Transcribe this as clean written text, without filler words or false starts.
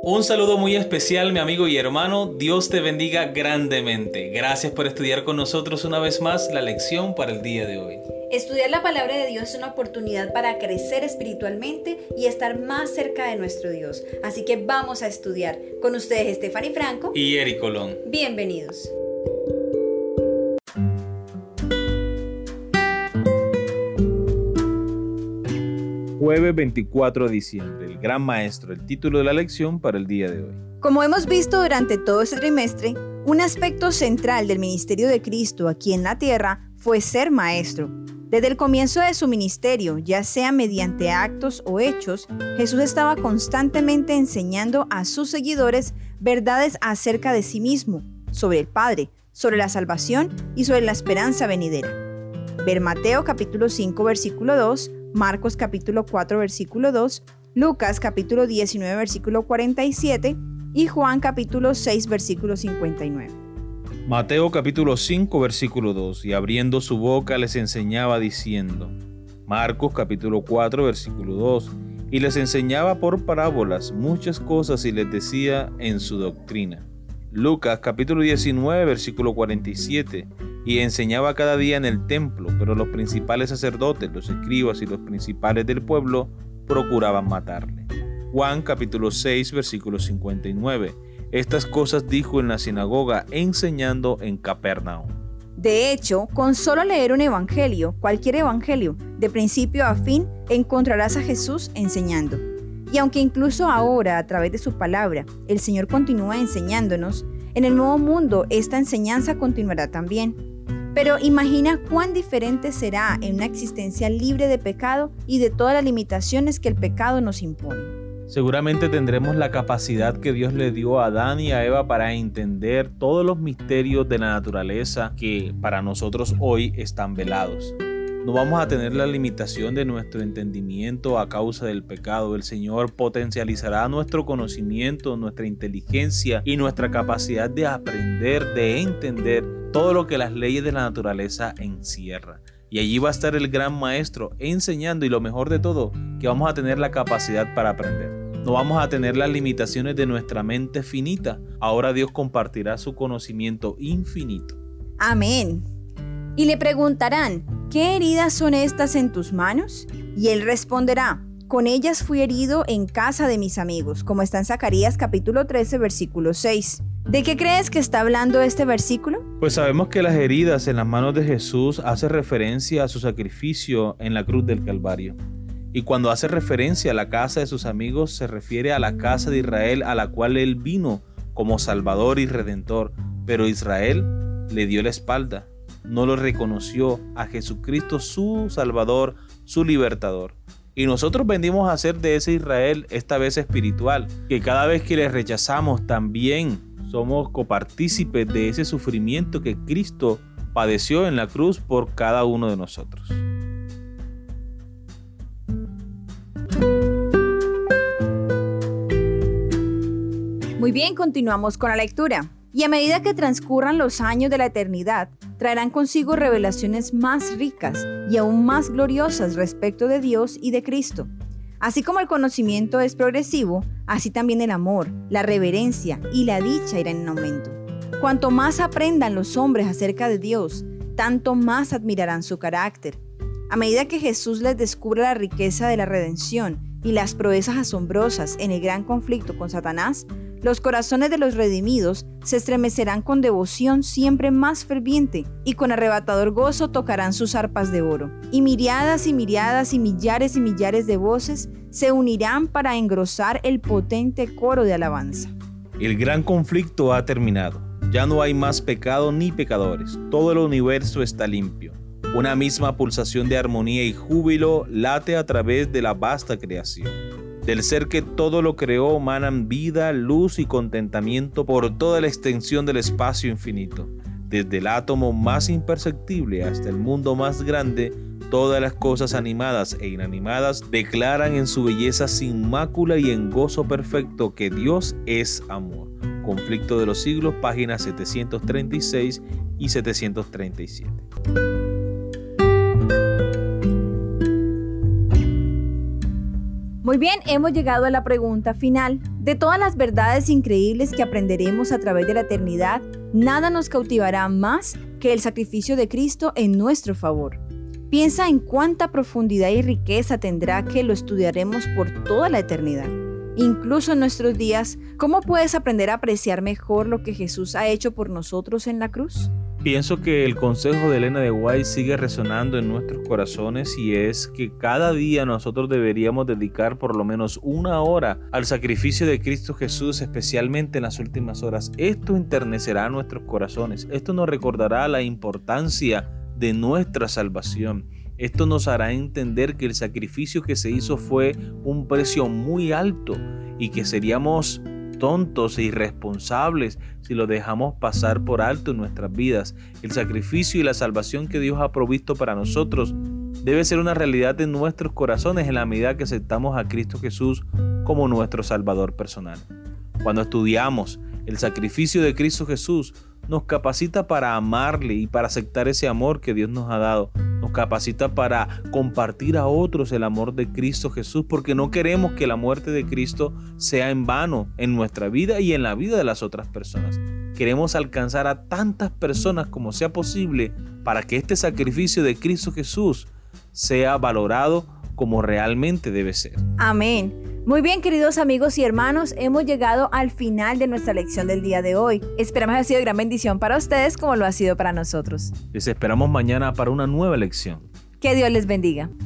Un saludo muy especial, mi amigo y hermano. Dios te bendiga grandemente. Gracias por estudiar con nosotros una vez más la lección para el día de hoy. Estudiar la palabra de Dios es una oportunidad para crecer espiritualmente y estar más cerca de nuestro Dios. Así que vamos a estudiar. Con ustedes, Stephanie Franco y Eric Colón. Bienvenidos. Jueves 24 de diciembre, el Gran Maestro, el título de la lección para el día de hoy. Como hemos visto durante todo este trimestre, un aspecto central del ministerio de Cristo aquí en la tierra fue ser maestro. Desde el comienzo de su ministerio, ya sea mediante actos o hechos, Jesús estaba constantemente enseñando a sus seguidores verdades acerca de sí mismo, sobre el Padre, sobre la salvación y sobre la esperanza venidera. Ver Mateo capítulo 5 versículo 2, Marcos capítulo 4 versículo 2, Lucas capítulo 19 versículo 47 y Juan capítulo 6 versículo 59. Mateo capítulo 5 versículo 2, y abriendo su boca les enseñaba diciendo. Marcos capítulo 4 versículo 2, y les enseñaba por parábolas muchas cosas y les decía en su doctrina. Lucas capítulo 19 versículo 47, y enseñaba cada día en el templo, pero los principales sacerdotes, los escribas y los principales del pueblo procuraban matarle. Juan capítulo 6 versículo 59, estas cosas dijo en la sinagoga enseñando en Capernaum. De hecho, con solo leer un evangelio, cualquier evangelio, de principio a fin, encontrarás a Jesús enseñando. Y aunque incluso ahora, a través de su palabra, el Señor continúa enseñándonos, en el nuevo mundo esta enseñanza continuará también. Pero imagina cuán diferente será en una existencia libre de pecado y de todas las limitaciones que el pecado nos impone. Seguramente tendremos la capacidad que Dios le dio a Adán y a Eva para entender todos los misterios de la naturaleza que para nosotros hoy están velados. No vamos a tener la limitación de nuestro entendimiento a causa del pecado. El Señor potencializará nuestro conocimiento, nuestra inteligencia y nuestra capacidad de aprender, de entender todo lo que las leyes de la naturaleza encierran. Y allí va a estar el gran maestro enseñando, y lo mejor de todo, que vamos a tener la capacidad para aprender. No vamos a tener las limitaciones de nuestra mente finita. Ahora Dios compartirá su conocimiento infinito. Amén. Y le preguntarán, ¿qué heridas son estas en tus manos? Y él responderá, con ellas fui herido en casa de mis amigos, como está en Zacarías capítulo 13 versículo 6. ¿De qué crees que está hablando este versículo? Pues sabemos que las heridas en las manos de Jesús hace referencia a su sacrificio en la cruz del Calvario. Y cuando hace referencia a la casa de sus amigos, se refiere a la casa de Israel a la cual él vino como Salvador y Redentor. Pero Israel le dio la espalda, no lo reconoció a Jesucristo su Salvador, su Libertador. Y nosotros venimos a ser de ese Israel, esta vez espiritual, que cada vez que le rechazamos también somos copartícipes de ese sufrimiento que Cristo padeció en la cruz por cada uno de nosotros. Muy bien, continuamos con la lectura. Y a medida que transcurran los años de la eternidad, traerán consigo revelaciones más ricas y aún más gloriosas respecto de Dios y de Cristo. Así como el conocimiento es progresivo, así también el amor, la reverencia y la dicha irán en aumento. Cuanto más aprendan los hombres acerca de Dios, tanto más admirarán su carácter. A medida que Jesús les descubre la riqueza de la redención y las proezas asombrosas en el gran conflicto con Satanás, los corazones de los redimidos se estremecerán con devoción siempre más ferviente y con arrebatador gozo tocarán sus arpas de oro. Y miriadas y miriadas y millares de voces se unirán para engrosar el potente coro de alabanza. El gran conflicto ha terminado. Ya no hay más pecado ni pecadores. Todo el universo está limpio. Una misma pulsación de armonía y júbilo late a través de la vasta creación. Del ser que todo lo creó manan vida, luz y contentamiento por toda la extensión del espacio infinito. Desde el átomo más imperceptible hasta el mundo más grande, todas las cosas animadas e inanimadas declaran en su belleza sin mácula y en gozo perfecto que Dios es amor. Conflicto de los siglos, páginas 736 y 737. Muy bien, hemos llegado a la pregunta final. De todas las verdades increíbles que aprenderemos a través de la eternidad, nada nos cautivará más que el sacrificio de Cristo en nuestro favor. Piensa en cuánta profundidad y riqueza tendrá que lo estudiaremos por toda la eternidad. Incluso en nuestros días, ¿cómo puedes aprender a apreciar mejor lo que Jesús ha hecho por nosotros en la cruz? Pienso que el consejo de Elena de White sigue resonando en nuestros corazones y es que cada día nosotros deberíamos dedicar por lo menos 1 hora al sacrificio de Cristo Jesús, especialmente en las últimas horas. Esto enternecerá nuestros corazones, esto nos recordará la importancia de nuestra salvación. Esto nos hará entender que el sacrificio que se hizo fue un precio muy alto y que seríamos tontos e irresponsables si lo dejamos pasar por alto en nuestras vidas. El sacrificio y la salvación que Dios ha provisto para nosotros debe ser una realidad en nuestros corazones en la medida que aceptamos a Cristo Jesús como nuestro Salvador personal. Cuando estudiamos el sacrificio de Cristo Jesús, nos capacita para amarle y para aceptar ese amor que Dios nos ha dado. Nos capacita para compartir a otros el amor de Cristo Jesús, porque no queremos que la muerte de Cristo sea en vano en nuestra vida y en la vida de las otras personas. Queremos alcanzar a tantas personas como sea posible para que este sacrificio de Cristo Jesús sea valorado como realmente debe ser. Amén. Muy bien, queridos amigos y hermanos, hemos llegado al final de nuestra lección del día de hoy. Esperamos que haya sido de gran bendición para ustedes como lo ha sido para nosotros. Les esperamos mañana para una nueva lección. Que Dios les bendiga.